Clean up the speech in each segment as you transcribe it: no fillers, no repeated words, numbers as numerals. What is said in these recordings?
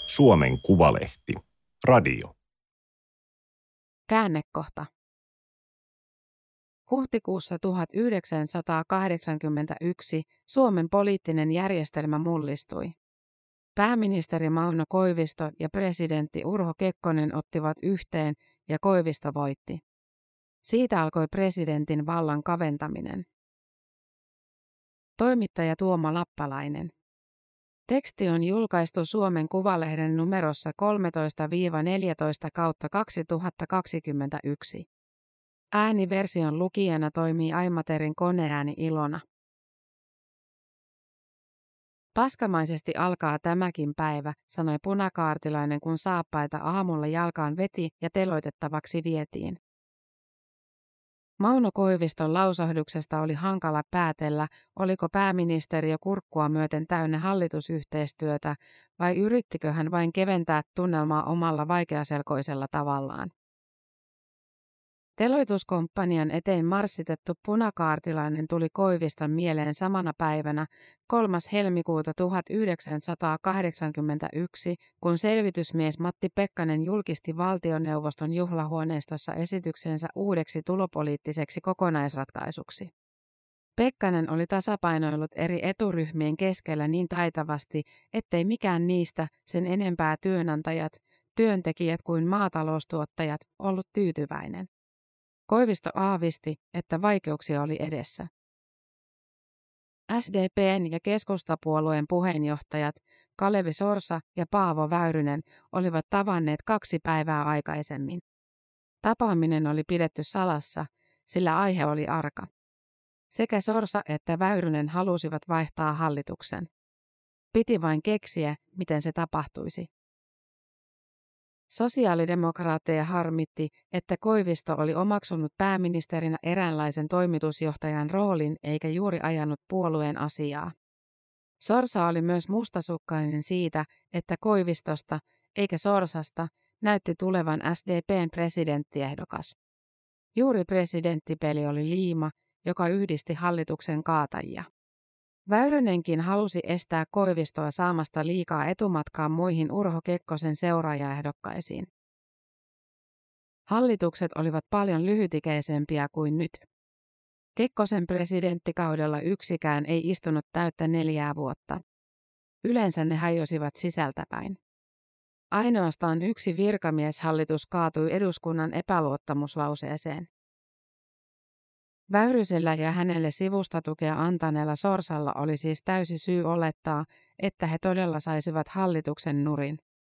Suomen Kuvalehti. Radio. Käännekohta. Huhtikuussa 1981 Suomen poliittinen järjestelmä mullistui. Pääministeri Mauno Koivisto ja presidentti Urho Kekkonen ottivat yhteen ja Koivisto voitti. Siitä alkoi presidentin vallan kaventaminen. Toimittaja Tuomo Lappalainen. Teksti on julkaistu Suomen Kuvalehden numerossa 13-14/2021. Ääniversion lukijana toimii Aimaterin koneääni Ilona. Paskamaisesti alkaa tämäkin päivä, sanoi punakaartilainen, kun saappaita aamulla jalkaan veti ja teloitettavaksi vietiin. Mauno Koiviston lausahduksesta oli hankala päätellä, oliko pääministeri jo kurkkua myöten täynnä hallitusyhteistyötä vai yrittikö hän vain keventää tunnelmaa omalla vaikeaselkoisella tavallaan. Teloituskomppanian eteen marssitettu punakaartilainen tuli Koiviston mieleen samana päivänä 3. helmikuuta 1981, kun selvitysmies Matti Pekkanen julkisti valtioneuvoston juhlahuoneistossa esityksensä uudeksi tulopoliittiseksi kokonaisratkaisuksi. Pekkanen oli tasapainoillut eri eturyhmien keskellä niin taitavasti, ettei mikään niistä, sen enempää työnantajat, työntekijät kuin maataloustuottajat, ollut tyytyväinen. Koivisto aavisti, että vaikeuksia oli edessä. SDP:n ja keskustapuolueen puheenjohtajat Kalevi Sorsa ja Paavo Väyrynen olivat tavanneet 2 päivää aikaisemmin. Tapaaminen oli pidetty salassa, sillä aihe oli arka. Sekä Sorsa että Väyrynen halusivat vaihtaa hallituksen. Piti vain keksiä, miten se tapahtuisi. Sosiaalidemokraatteja harmitti, että Koivisto oli omaksunut pääministerinä eräänlaisen toimitusjohtajan roolin eikä juuri ajanut puolueen asiaa. Sorsa oli myös mustasukkainen siitä, että Koivistosta, eikä Sorsasta, näytti tulevan SDP:n presidenttiehdokas. Juuri presidenttipeli oli liima, joka yhdisti hallituksen kaatajia. Väyrynenkin halusi estää Koivistoa saamasta liikaa etumatkaa muihin Urho Kekkosen seuraajaehdokkaisiin. Hallitukset olivat paljon lyhytikäisempiä kuin nyt. Kekkosen presidenttikaudella yksikään ei istunut täyttä 4 vuotta. Yleensä ne hajosivat sisältäpäin. Ainoastaan yksi virkamieshallitus kaatui eduskunnan epäluottamuslauseeseen. Väyrysellä ja hänelle sivustatukea antaneella Sorsalla oli siis täysi syy olettaa, että he todella saisivat hallituksen nurin.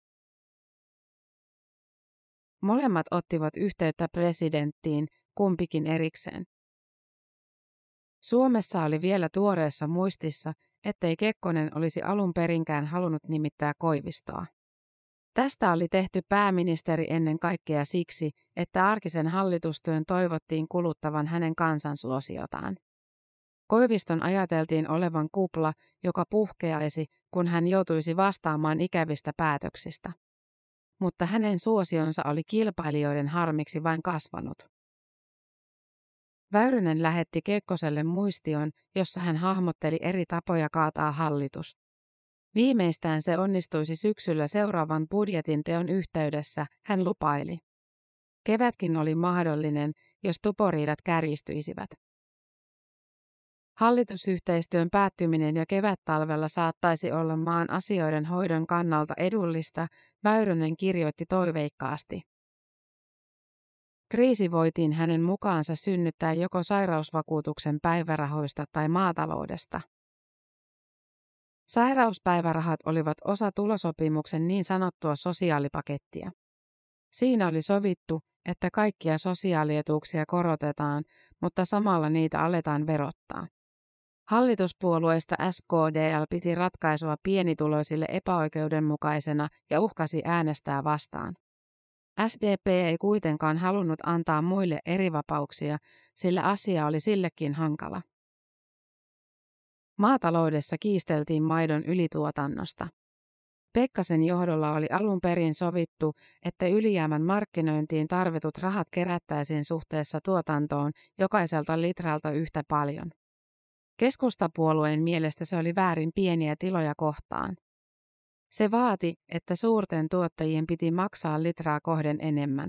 Molemmat ottivat yhteyttä presidenttiin, kumpikin erikseen. Suomessa oli vielä tuoreessa muistissa, ettei Kekkonen olisi alun perinkään halunnut nimittää Koivistoa. Tästä oli tehty pääministeri ennen kaikkea siksi, että arkisen hallitustyön toivottiin kuluttavan hänen kansansuosiotaan. Koiviston ajateltiin olevan kupla, joka puhkeaisi, kun hän joutuisi vastaamaan ikävistä päätöksistä. Mutta hänen suosionsa oli kilpailijoiden harmiksi vain kasvanut. Väyrynen lähetti Kekkoselle muistion, jossa hän hahmotteli eri tapoja kaataa hallitus. Viimeistään se onnistuisi syksyllä seuraavan budjetin teon yhteydessä, hän lupaili. Kevätkin oli mahdollinen, jos tuporiidat kärjistyisivät. Hallitusyhteistyön päättyminen jo kevättalvella saattaisi olla maan asioiden hoidon kannalta edullista, Väyrynen kirjoitti toiveikkaasti. Kriisi voitiin hänen mukaansa synnyttää joko sairausvakuutuksen päivärahoista tai maataloudesta. Sairauspäivärahat olivat osa tulosopimuksen niin sanottua sosiaalipakettia. Siinä oli sovittu, että kaikkia sosiaalietuuksia korotetaan, mutta samalla niitä aletaan verottaa. Hallituspuolueista SKDL piti ratkaisua pienituloisille epäoikeudenmukaisena ja uhkasi äänestää vastaan. SDP ei kuitenkaan halunnut antaa muille erivapauksia, sillä asia oli sillekin hankala. Maataloudessa kiisteltiin maidon ylituotannosta. Pekkasen johdolla oli alun perin sovittu, että ylijäämän markkinointiin tarvitut rahat kerättäisiin suhteessa tuotantoon jokaiselta litralta yhtä paljon. Keskustapuolueen mielestä se oli väärin pieniä tiloja kohtaan. Se vaati, että suurten tuottajien piti maksaa litraa kohden enemmän.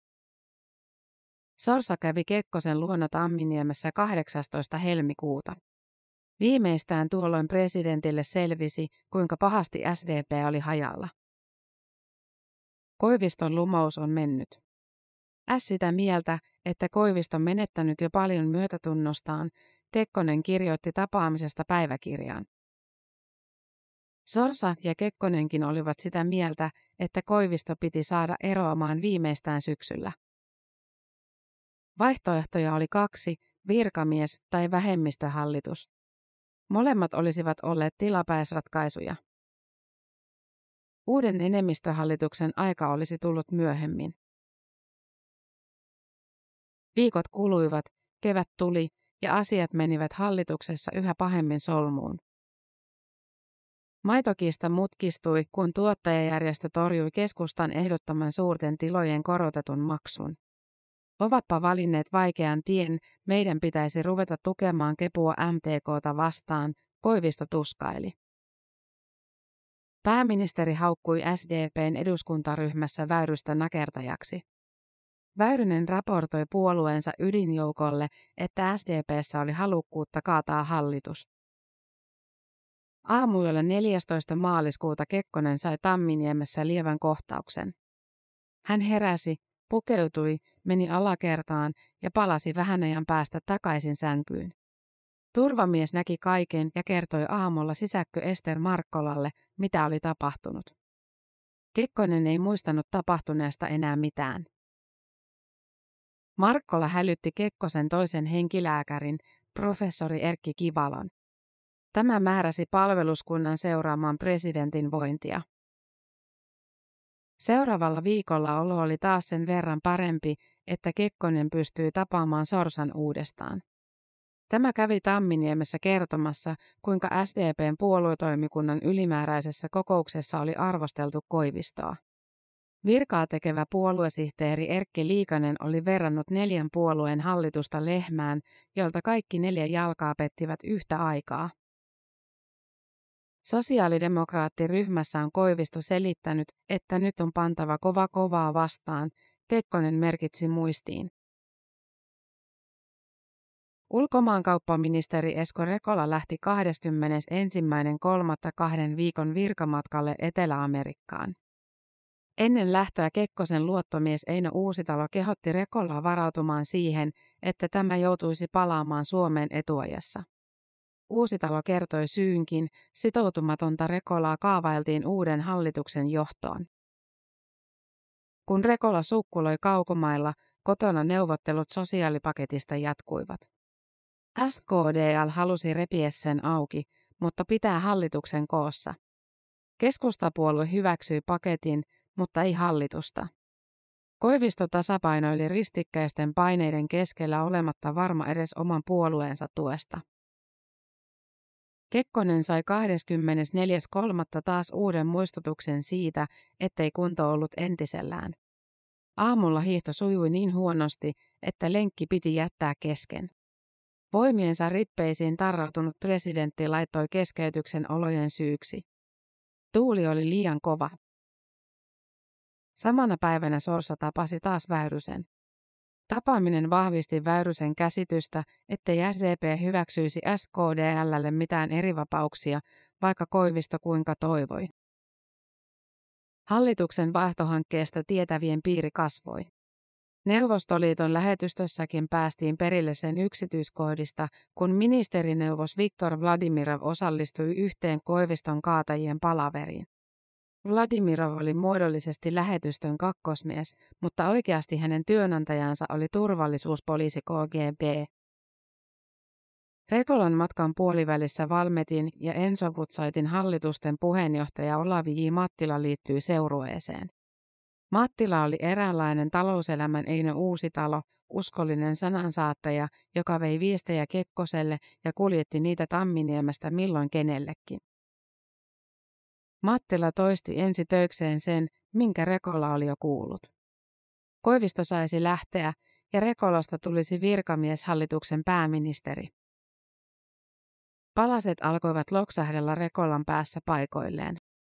Sorsa kävi Kekkosen luona Tamminiemessä 18. helmikuuta. Viimeistään tuolloin presidentille selvisi, kuinka pahasti SDP oli hajalla. Koiviston lumous on mennyt. Sitä mieltä, että Koivisto menettänyt jo paljon myötätunnostaan, Kekkonen kirjoitti tapaamisesta päiväkirjaan. Sorsa ja Kekkonenkin olivat sitä mieltä, että Koivisto piti saada eroamaan viimeistään syksyllä. Vaihtoehtoja oli 2, virkamies tai vähemmistöhallitus. Molemmat olisivat olleet tilapäisratkaisuja. Uuden enemmistöhallituksen aika olisi tullut myöhemmin. Viikot kuluivat, kevät tuli ja asiat menivät hallituksessa yhä pahemmin solmuun. Maitokiista mutkistui, kun tuottajajärjestö torjui keskustan ehdottoman suurten tilojen korotetun maksun. Ovatpa valinneet vaikean tien, meidän pitäisi ruveta tukemaan kepua MTK:ta vastaan, Koivisto tuskaili. Pääministeri haukkui SDP:n eduskuntaryhmässä Väyrystä nakertajaksi. Väyrynen raportoi puolueensa ydinjoukolle, että SDP:ssä oli halukkuutta kaataa hallitus. Aamuyöllä 14. maaliskuuta Kekkonen sai Tamminiemessä lievän kohtauksen. Hän heräsi, pukeutui, meni alakertaan ja palasi vähän ajan päästä takaisin sänkyyn. Turvamies näki kaiken ja kertoi aamulla sisäkkö Ester Markkolalle, mitä oli tapahtunut. Kekkonen ei muistanut tapahtuneesta enää mitään. Markkola hälytti Kekkosen toisen henkilääkärin, professori Erkki Kivalon. Tämä määräsi palveluskunnan seuraamaan presidentin vointia. Seuraavalla viikolla olo oli taas sen verran parempi, että Kekkonen pystyi tapaamaan Sorsan uudestaan. Tämä kävi Tamminiemessä kertomassa, kuinka SDP:n puoluetoimikunnan ylimääräisessä kokouksessa oli arvosteltu Koivistoa. Virkaa tekevä puoluesihteeri Erkki Liikanen oli verrannut 4 puolueen hallitusta lehmään, jolta kaikki 4 jalkaa pettivät yhtä aikaa. Sosiaalidemokraattiryhmässä on Koivisto selittänyt, että nyt on pantava kovaa vastaan, Kekkonen merkitsi muistiin. Ulkomaankauppaministeri Esko Rekola lähti 21.3. 2 viikon virkamatkalle Etelä-Amerikkaan. Ennen lähtöä Kekkosen luottomies Eino Uusitalo kehotti Rekolaa varautumaan siihen, että tämä joutuisi palaamaan Suomeen etuajassa. Uusitalo kertoi syynkin, sitoutumatonta Rekolaa kaavailtiin uuden hallituksen johtoon. Kun Rekola sukkuloi kaukomailla, kotona neuvottelut sosiaalipaketista jatkuivat. SKDL halusi repiä sen auki, mutta pitää hallituksen koossa. Keskustapuolue hyväksyi paketin, mutta ei hallitusta. Koivisto tasapainoili ristikkäisten paineiden keskellä olematta varma edes oman puolueensa tuesta. Kekkonen sai 24.3. taas uuden muistutuksen siitä, ettei kunto ollut entisellään. Aamulla hiihto sujui niin huonosti, että lenkki piti jättää kesken. Voimiensa rippeisiin tarrautunut presidentti laittoi keskeytyksen olojen syyksi. Tuuli oli liian kova. Samana päivänä Sorsa tapasi taas Väyrysen. Tapaaminen vahvisti Väyrysen käsitystä, ettei SDP hyväksyisi SKDL:lle mitään erivapauksia, vaikka Koivisto kuinka toivoi. Hallituksen vaihtohankkeesta tietävien piiri kasvoi. Neuvostoliiton lähetystössäkin päästiin perille sen yksityiskohdista, kun ministerineuvos Viktor Vladimirov osallistui yhteen Koiviston kaatajien palaveriin. Vladimirov oli muodollisesti lähetystön kakkosmies, mutta oikeasti hänen työnantajansa oli turvallisuuspoliisi KGB. Rekolan matkan puolivälissä Valmetin ja Enso Gutzaitin hallitusten puheenjohtaja Olavi J. Mattila liittyi seurueeseen. Mattila oli eräänlainen talouselämän Eino Uusitalo, uskollinen sanansaattaja, joka vei viestejä Kekkoselle ja kuljetti niitä Tamminiemestä milloin kenellekin. Mattila toisti ensi töikseen sen, minkä Rekola oli jo kuullut. Koivisto saisi lähteä, ja Rekolasta tulisi virkamieshallituksen pääministeri. Palaset alkoivat loksahdella Rekolan päässä paikoilleen.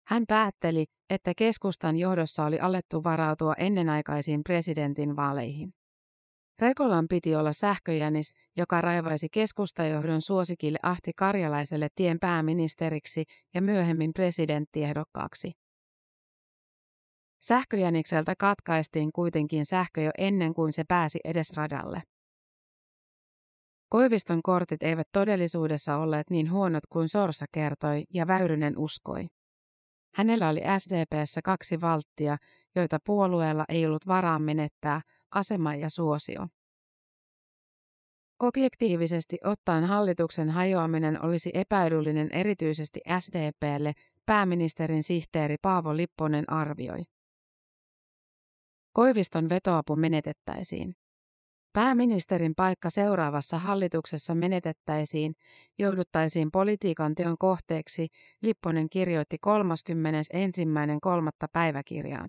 Hän päätteli, että keskustan johdossa oli alettu varautua ennenaikaisiin presidentinvaaleihin. Rekolan piti olla sähköjänis, joka raivaisi keskustajohdon suosikille Ahti Karjalaiselle tien pääministeriksi ja myöhemmin presidenttiehdokkaaksi. Sähköjänikseltä katkaistiin kuitenkin sähkö jo ennen kuin se pääsi edes radalle. Koiviston kortit eivät todellisuudessa olleet niin huonot kuin Sorsa kertoi ja Väyrynen uskoi. Hänellä oli SDP:ssä 2 valttia, joita puolueella ei ollut varaa menettää, asema ja suosio. Objektiivisesti ottaen hallituksen hajoaminen olisi epäedullinen erityisesti SDP:lle, pääministerin sihteeri Paavo Lipponen arvioi. Koiviston vetoapu menetettäisiin. Pääministerin paikka seuraavassa hallituksessa menetettäisiin, jouduttaisiin politiikan teon kohteeksi, Lipponen kirjoitti 31.3. päiväkirjaan.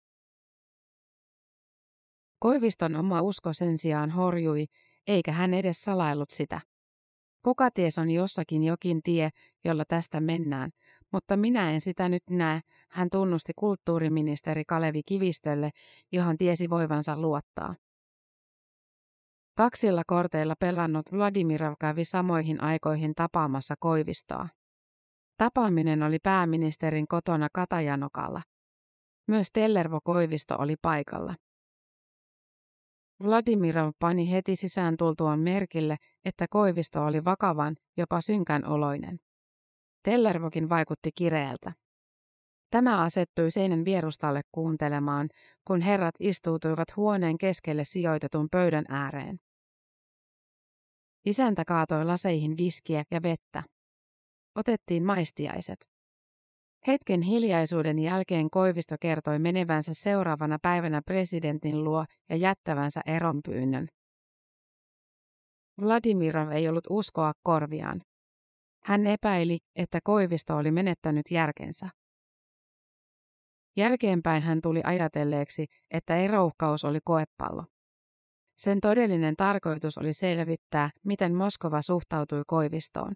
Koiviston oma usko sen sijaan horjui, eikä hän edes salaillut sitä. Kuka ties on jossakin jokin tie, jolla tästä mennään, mutta minä en sitä nyt näe, hän tunnusti kulttuuriministeri Kalevi Kivistölle, johon tiesi voivansa luottaa. 2 korteilla pelannut Vladimirov kävi samoihin aikoihin tapaamassa Koivistoa. Tapaaminen oli pääministerin kotona Katajanokalla. Myös Tellervo Koivisto oli paikalla. Vladimirov pani heti sisään tultuaan merkille, että Koivisto oli vakavan, jopa synkän oloinen. Tellervokin vaikutti kireältä. Tämä asettui seinän vierustalle kuuntelemaan, kun herrat istuutuivat huoneen keskelle sijoitetun pöydän ääreen. Isäntä kaatoi laseihin viskiä ja vettä. Otettiin maistiaiset. Hetken hiljaisuuden jälkeen Koivisto kertoi menevänsä seuraavana päivänä presidentin luo ja jättävänsä eronpyynnön. Vladimirov ei ollut uskoa korviaan. Hän epäili, että Koivisto oli menettänyt järkensä. Jälkeenpäin hän tuli ajatelleeksi, että erouhkaus oli koepallo. Sen todellinen tarkoitus oli selvittää, miten Moskova suhtautui Koivistoon.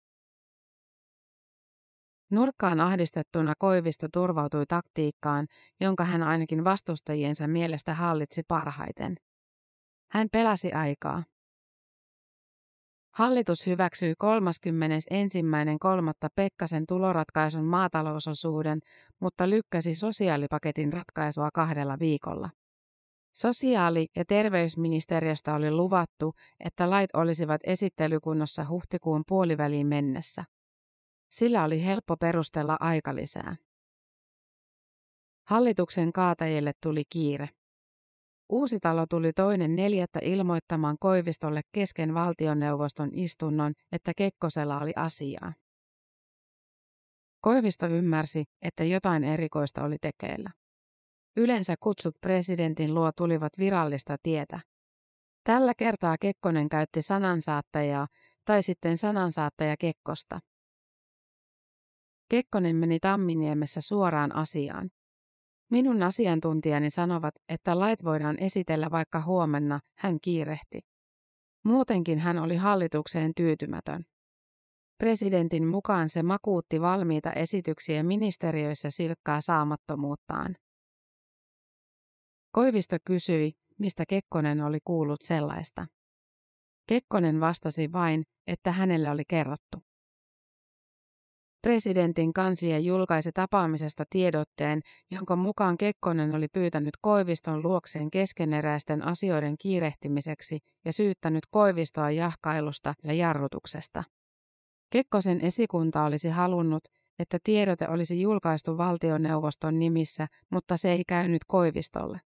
Nurkkaan ahdistettuna Koivisto turvautui taktiikkaan, jonka hän ainakin vastustajiensa mielestä hallitsi parhaiten. Hän pelasi aikaa. Hallitus hyväksyi 31.3. Pekkasen tuloratkaisun maatalousosuuden, mutta lykkäsi sosiaalipaketin ratkaisua 2 viikolla. Sosiaali- ja terveysministeriöstä oli luvattu, että lait olisivat esittelykunnossa huhtikuun puoliväliin mennessä. Sillä oli helppo perustella aikalisää. Hallituksen kaatajille tuli kiire. Uusitalo tuli 2.4. ilmoittamaan Koivistolle kesken valtioneuvoston istunnon, että Kekkosella oli asiaa. Koivisto ymmärsi, että jotain erikoista oli tekeillä. Yleensä kutsut presidentin luo tulivat virallista tietä. Tällä kertaa Kekkonen käytti sanansaattajaa tai sitten sanansaattaja Kekkosta. Kekkonen meni Tamminiemessä suoraan asiaan. Minun asiantuntijani sanovat, että lait voidaan esitellä vaikka huomenna, hän kiirehti. Muutenkin hän oli hallitukseen tyytymätön. Presidentin mukaan se makuutti valmiita esityksiä ministeriöissä silkkaa saamattomuuttaan. Koivisto kysyi, mistä Kekkonen oli kuullut sellaista. Kekkonen vastasi vain, että hänelle oli kerrottu. Presidentin kanslia julkaisi tapaamisesta tiedotteen, jonka mukaan Kekkonen oli pyytänyt Koiviston luokseen keskeneräisten asioiden kiirehtimiseksi ja syyttänyt Koivistoa jahkailusta ja jarrutuksesta. Kekkosen esikunta olisi halunnut, että tiedote olisi julkaistu valtioneuvoston nimissä, mutta se ei käynyt Koivistolle.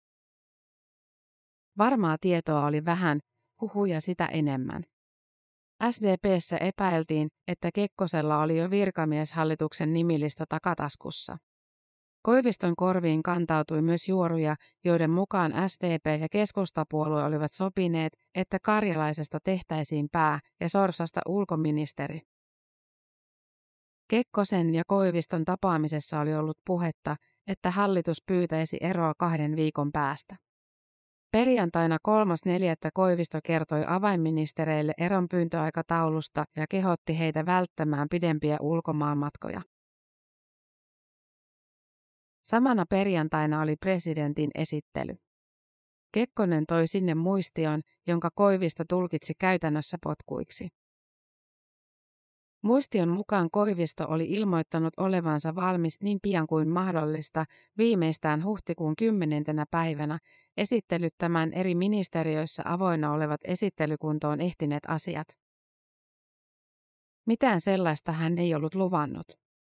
Varmaa tietoa oli vähän, huhuja sitä enemmän. SDP:ssä epäiltiin, että Kekkosella oli jo virkamieshallituksen nimilista takataskussa. Koiviston korviin kantautui myös juoruja, joiden mukaan SDP ja keskustapuolue olivat sopineet, että Karjalaisesta tehtäisiin pää- ja Sorsasta ulkoministeri. Kekkosen ja Koiviston tapaamisessa oli ollut puhetta, että hallitus pyytäisi eroa 2 viikon päästä. Perjantaina 3.4. Koivisto kertoi avainministereille eronpyyntöaikataulusta ja kehotti heitä välttämään pidempiä ulkomaanmatkoja. Samana perjantaina oli presidentin esittely. Kekkonen toi sinne muistion, jonka Koivisto tulkitsi käytännössä potkuiksi. Muistion mukaan Koivisto oli ilmoittanut olevansa valmis niin pian kuin mahdollista, viimeistään huhtikuun 10. päivänä, esittelyttämään eri ministeriöissä avoinna olevat esittelykuntoon ehtineet asiat. Mitään sellaista hän ei ollut luvannut.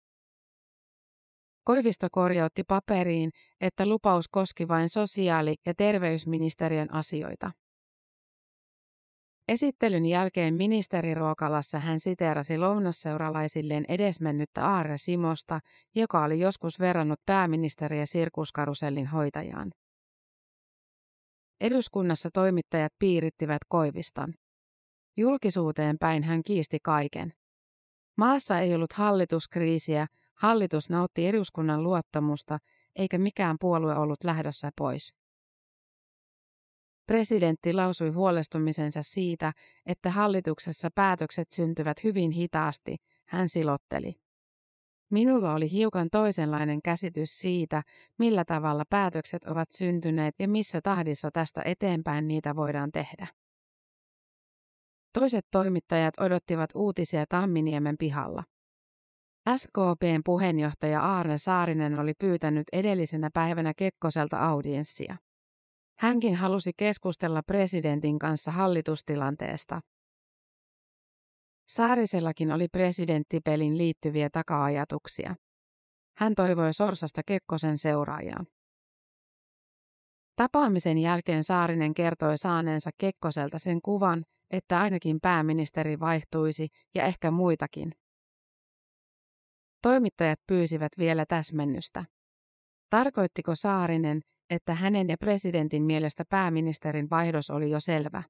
Koivisto korjautti paperiin, että lupaus koski vain sosiaali- ja terveysministeriön asioita. Esittelyn jälkeen ministeriruokalassa hän siteerasi lounasseuralaisilleen edesmennyttä Aarre Simosta, joka oli joskus verrannut pääministeriä sirkuskarusellin hoitajaan. Eduskunnassa toimittajat piirittivät Koiviston. Julkisuuteen päin hän kiisti kaiken. Maassa ei ollut hallituskriisiä, hallitus nautti eduskunnan luottamusta, eikä mikään puolue ollut lähdössä pois. Presidentti lausui huolestumisensa siitä, että hallituksessa päätökset syntyvät hyvin hitaasti, hän silotteli. Minulla oli hiukan toisenlainen käsitys siitä, millä tavalla päätökset ovat syntyneet ja missä tahdissa tästä eteenpäin niitä voidaan tehdä. Toiset toimittajat odottivat uutisia Tamminiemen pihalla. SKP:n puheenjohtaja Aarne Saarinen oli pyytänyt edellisenä päivänä Kekkoselta audienssia. Hänkin halusi keskustella presidentin kanssa hallitustilanteesta. Saarisellakin oli presidenttipelin liittyviä taka-ajatuksia. Hän toivoi Sorsasta Kekkosen seuraajaa. Tapaamisen jälkeen Saarinen kertoi saaneensa Kekkoselta sen kuvan, että ainakin pääministeri vaihtuisi ja ehkä muitakin. Toimittajat pyysivät vielä täsmennystä. Tarkoittiko Saarinen, että hänen ja presidentin mielestä pääministerin vaihdos oli jo selvä?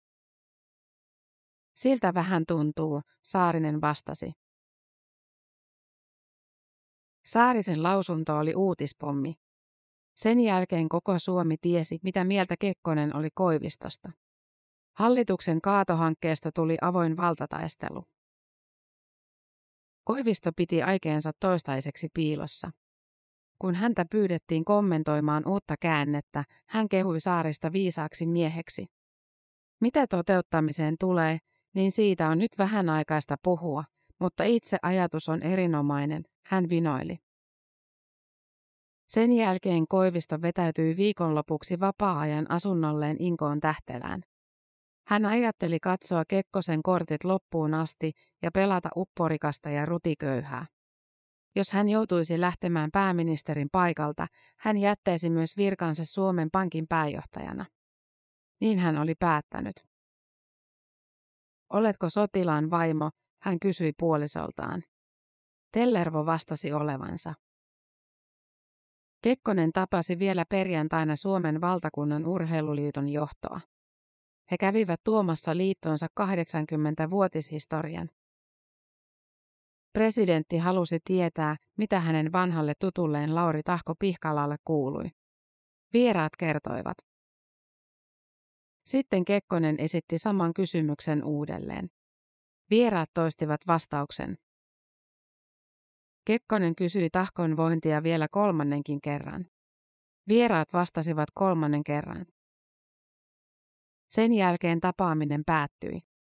Siltä vähän tuntuu, Saarinen vastasi. Saarisen lausunto oli uutispommi. Sen jälkeen koko Suomi tiesi, mitä mieltä Kekkonen oli Koivistosta. Hallituksen kaatohankkeesta tuli avoin valtataistelu. Koivisto piti aikeensa toistaiseksi piilossa. Kun häntä pyydettiin kommentoimaan uutta käännettä, hän kehui Saarista viisaaksi mieheksi. Mitä toteuttamiseen tulee, niin siitä on nyt vähän aikaista puhua, mutta itse ajatus on erinomainen, hän vinoili. Sen jälkeen Koivisto vetäytyi viikonlopuksi vapaa-ajan asunnolleen Inkoon Tähtelään. Hän ajatteli katsoa Kekkosen kortit loppuun asti ja pelata upporikasta ja rutiköyhää. Jos hän joutuisi lähtemään pääministerin paikalta, hän jättäisi myös virkansa Suomen Pankin pääjohtajana. Niin hän oli päättänyt. Oletko sotilaan vaimo, hän kysyi puolisoltaan. Tellervo vastasi olevansa. Kekkonen tapasi vielä perjantaina Suomen valtakunnan urheiluliiton johtoa. He kävivät tuomassa liittoonsa 80-vuotishistorian. Presidentti halusi tietää, mitä hänen vanhalle tutulleen Lauri Tahko Pihkalalle kuului. Vieraat kertoivat. Sitten Kekkonen esitti saman kysymyksen uudelleen. Vieraat toistivat vastauksen. Kekkonen kysyi Tahkon vointia vielä kolmannenkin kerran. Vieraat vastasivat kolmannen kerran. Sen jälkeen tapaaminen päättyi.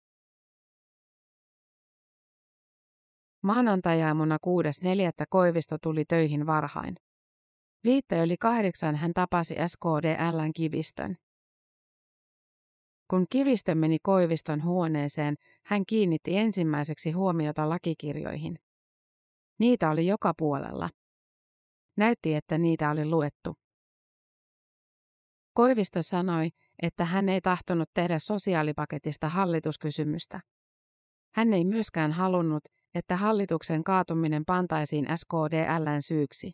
Maanantajaamuna 6.4. Koivisto tuli töihin varhain. 7:05 hän tapasi SKDL:n Kivistön. Kun Kivistö meni Koiviston huoneeseen, hän kiinnitti ensimmäiseksi huomiota lakikirjoihin. Niitä oli joka puolella. Näytti, että niitä oli luettu. Koivisto sanoi, että hän ei tahtonut tehdä sosiaalipaketista hallituskysymystä. Hän ei myöskään halunnut, että hallituksen kaatuminen pantaisiin SKDL:n syyksi.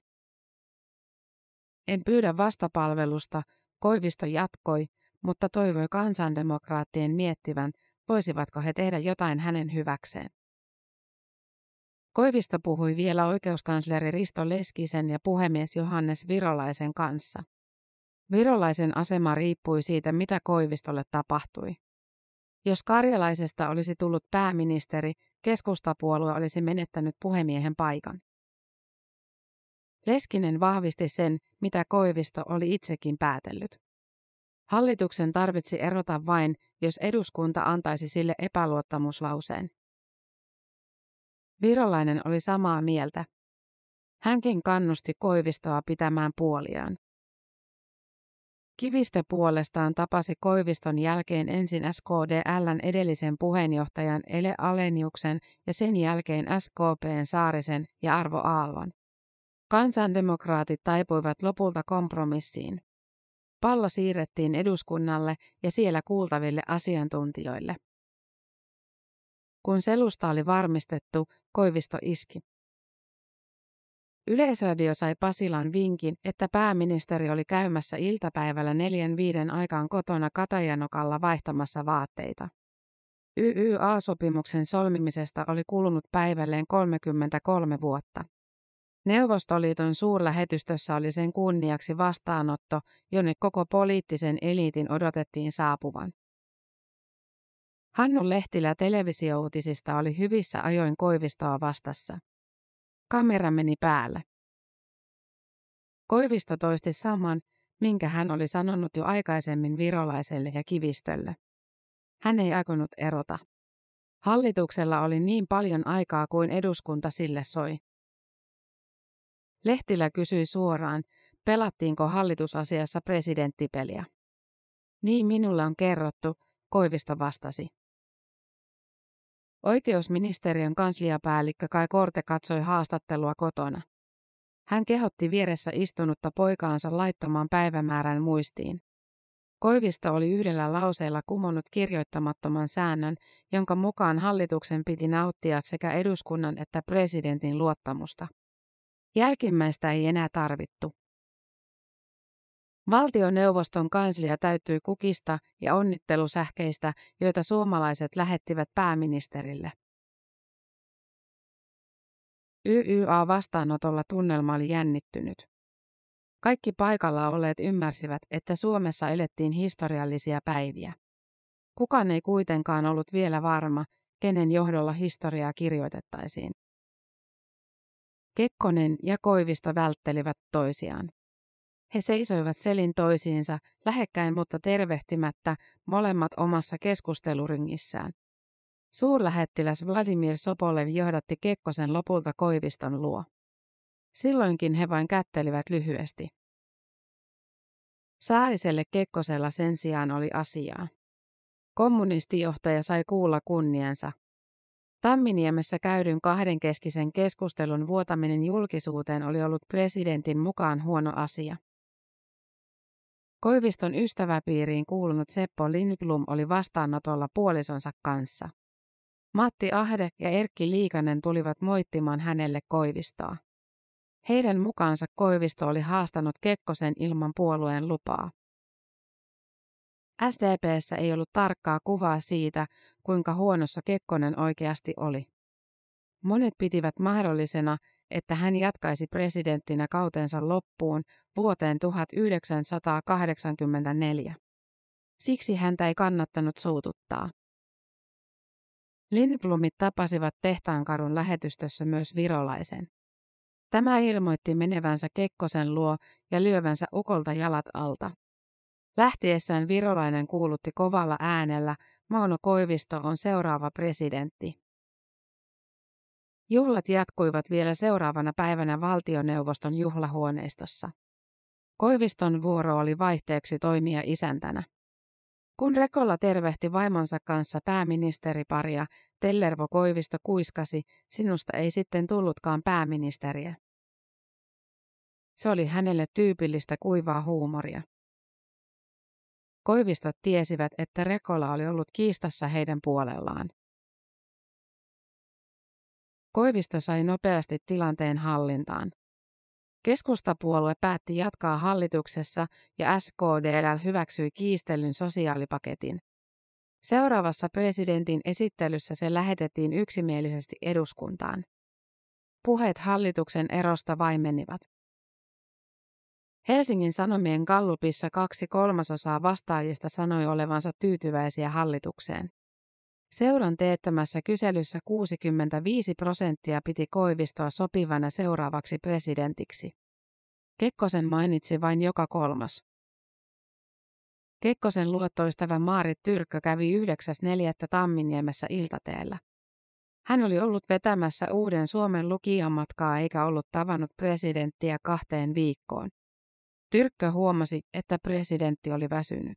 En pyydä vastapalvelusta, Koivisto jatkoi, mutta toivoi kansandemokraattien miettivän, voisivatko he tehdä jotain hänen hyväkseen. Koivisto puhui vielä oikeuskansleri Risto Leskisen ja puhemies Johannes Virolaisen kanssa. Virolaisen asema riippui siitä, mitä Koivistolle tapahtui. Jos Karjalaisesta olisi tullut pääministeri, keskustapuolue olisi menettänyt puhemiehen paikan. Leskinen vahvisti sen, mitä Koivisto oli itsekin päätellyt. Hallituksen tarvitsi erota vain, jos eduskunta antaisi sille epäluottamuslauseen. Virolainen oli samaa mieltä. Hänkin kannusti Koivistoa pitämään puoliaan. Kivistö puolestaan tapasi Koiviston jälkeen ensin SKDL:n edellisen puheenjohtajan Ele Aleniuksen ja sen jälkeen SKP:n Saarisen ja Arvo Aallon. Kansandemokraatit taipuivat lopulta kompromissiin. Pallo siirrettiin eduskunnalle ja siellä kuultaville asiantuntijoille. Kun selusta oli varmistettu, Koivisto iski. Yleisradio sai Pasilan vinkin, että pääministeri oli käymässä iltapäivällä 4-5 aikaan kotona Katajanokalla vaihtamassa vaatteita. YYA-sopimuksen solmimisesta oli kulunut päivälleen 33 vuotta. Neuvostoliiton suurlähetystössä oli sen kunniaksi vastaanotto, jonne koko poliittisen eliitin odotettiin saapuvan. Hannu Lehtilä televisiouutisista oli hyvissä ajoin Koivistoa vastassa. Kamera meni päälle. Koivisto toisti saman, minkä hän oli sanonut jo aikaisemmin Virolaiselle ja Kivistölle. Hän ei aikonut erota. Hallituksella oli niin paljon aikaa kuin eduskunta sille soi. Lehtilä kysyi suoraan, pelattiinko hallitusasiassa presidenttipeliä. Niin minulle on kerrottu, Koivisto vastasi. Oikeusministeriön kansliapäällikkö Kai Korte katsoi haastattelua kotona. Hän kehotti vieressä istunutta poikaansa laittamaan päivämäärän muistiin. Koivisto oli yhdellä lauseella kumonnut kirjoittamattoman säännön, jonka mukaan hallituksen piti nauttia sekä eduskunnan että presidentin luottamusta. Jälkimmäistä ei enää tarvittu. Valtioneuvoston kanslia täyttyi kukista ja onnittelusähkeistä, joita suomalaiset lähettivät pääministerille. YYA-vastaanotolla tunnelma oli jännittynyt. Kaikki paikalla olleet ymmärsivät, että Suomessa elettiin historiallisia päiviä. Kukaan ei kuitenkaan ollut vielä varma, kenen johdolla historiaa kirjoitettaisiin. Kekkonen ja Koivisto välttelivät toisiaan. He seisoivat selin toisiinsa, lähekkäin mutta tervehtimättä, molemmat omassa keskusteluringissään. Suurlähettiläs Vladimir Sobolev johdatti Kekkosen lopulta Koiviston luo. Silloinkin he vain kättelivät lyhyesti. Saariselle Kekkosella sen sijaan oli asiaa. Kommunistijohtaja sai kuulla kunniansa. Tamminiemessä käydyn kahdenkeskisen keskustelun vuotaminen julkisuuteen oli ollut presidentin mukaan huono asia. Koiviston ystäväpiiriin kuulunut Seppo Lindblom oli vastaanotolla puolisonsa kanssa. Matti Ahde ja Erkki Liikanen tulivat moittimaan hänelle Koivistoa. Heidän mukaansa Koivisto oli haastanut Kekkosen ilman puolueen lupaa. SDP:ssä ei ollut tarkkaa kuvaa siitä, kuinka huonossa Kekkonen oikeasti oli. Monet pitivät mahdollisena, että hän jatkaisi presidenttinä kautensa loppuun vuoteen 1984. Siksi häntä ei kannattanut suututtaa. Lindblomit tapasivat Tehtaankadun lähetystössä myös Virolaisen. Tämä ilmoitti menevänsä Kekkosen luo ja lyövänsä ukolta jalat alta. Lähtiessään Virolainen kuulutti kovalla äänellä, Mauno Koivisto on seuraava presidentti. Juhlat jatkuivat vielä seuraavana päivänä valtioneuvoston juhlahuoneistossa. Koiviston vuoro oli vaihteeksi toimia isäntänä. Kun Rekola tervehti vaimonsa kanssa pääministeriparia, Tellervo Koivisto kuiskasi, sinusta ei sitten tullutkaan pääministeriä. Se oli hänelle tyypillistä kuivaa huumoria. Koivistot tiesivät, että Rekola oli ollut kiistassa heidän puolellaan. Koivisto sai nopeasti tilanteen hallintaan. Keskustapuolue päätti jatkaa hallituksessa ja SKDL hyväksyi kiistellyn sosiaalipaketin. Seuraavassa presidentin esittelyssä se lähetettiin yksimielisesti eduskuntaan. Puheet hallituksen erosta vaimenivat. Helsingin Sanomien gallupissa 2/3 vastaajista sanoi olevansa tyytyväisiä hallitukseen. Seuran teettämässä kyselyssä 65% piti Koivistoa sopivana seuraavaksi presidentiksi. Kekkosen mainitsi vain joka kolmas. Kekkosen luottoystävä Maarit Tyrkkö kävi 9.4. Tamminiemessä iltateellä. Hän oli ollut vetämässä uuden Suomen lukijamatkaa eikä ollut tavannut presidenttiä 2 viikkoon. Tyrkkö huomasi, että presidentti oli väsynyt.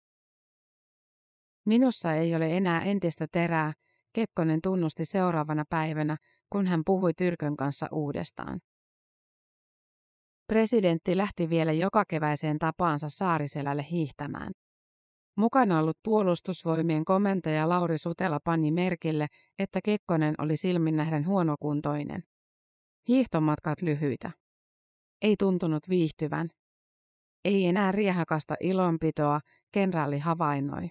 Minussa ei ole enää entistä terää, Kekkonen tunnusti seuraavana päivänä, kun hän puhui Tyrkön kanssa uudestaan. Presidentti lähti vielä jokakeväiseen tapaansa Saariselälle hiihtämään. Mukana ollut puolustusvoimien komentaja Lauri Sutela pani merkille, että Kekkonen oli silmin nähden huonokuntoinen. Hiihtomatkat lyhyitä. Ei tuntunut viihtyvän. Ei enää riehakasta ilonpitoa, kenraali havainnoi.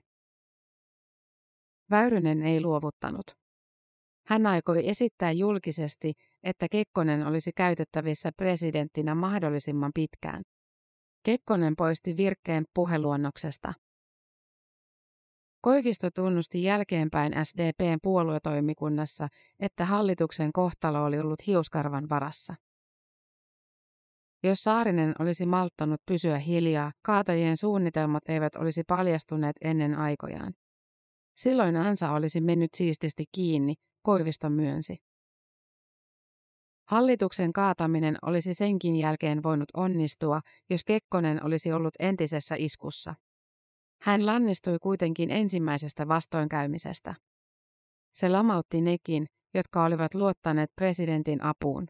Väyrynen ei luovuttanut. Hän aikoi esittää julkisesti, että Kekkonen olisi käytettävissä presidenttinä mahdollisimman pitkään. Kekkonen poisti virkkeen puheluonnoksesta. Koivisto tunnusti jälkeenpäin SDP:n puoluetoimikunnassa, että hallituksen kohtalo oli ollut hiuskarvan varassa. Jos Saarinen olisi malttanut pysyä hiljaa, kaatajien suunnitelmat eivät olisi paljastuneet ennen aikojaan. Silloin ansa olisi mennyt siististi kiinni, Koivisto myönsi. Hallituksen kaataminen olisi senkin jälkeen voinut onnistua, jos Kekkonen olisi ollut entisessä iskussa. Hän lannistui kuitenkin ensimmäisestä vastoinkäymisestä. Se lamautti nekin, jotka olivat luottaneet presidentin apuun.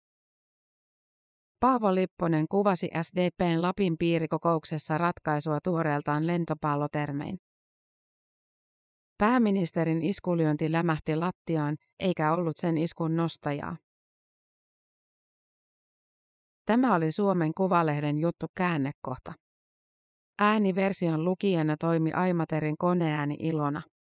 Paavo Lipponen kuvasi SDP:n Lapin piirikokouksessa ratkaisua tuoreeltaan lentopallotermein. Pääministerin iskulyönti lämähti lattiaan, eikä ollut sen iskun nostajaa. Tämä oli Suomen Kuvalehden juttu käännekohta. Ääniversion lukijana toimi Aimaterin koneääni Ilona.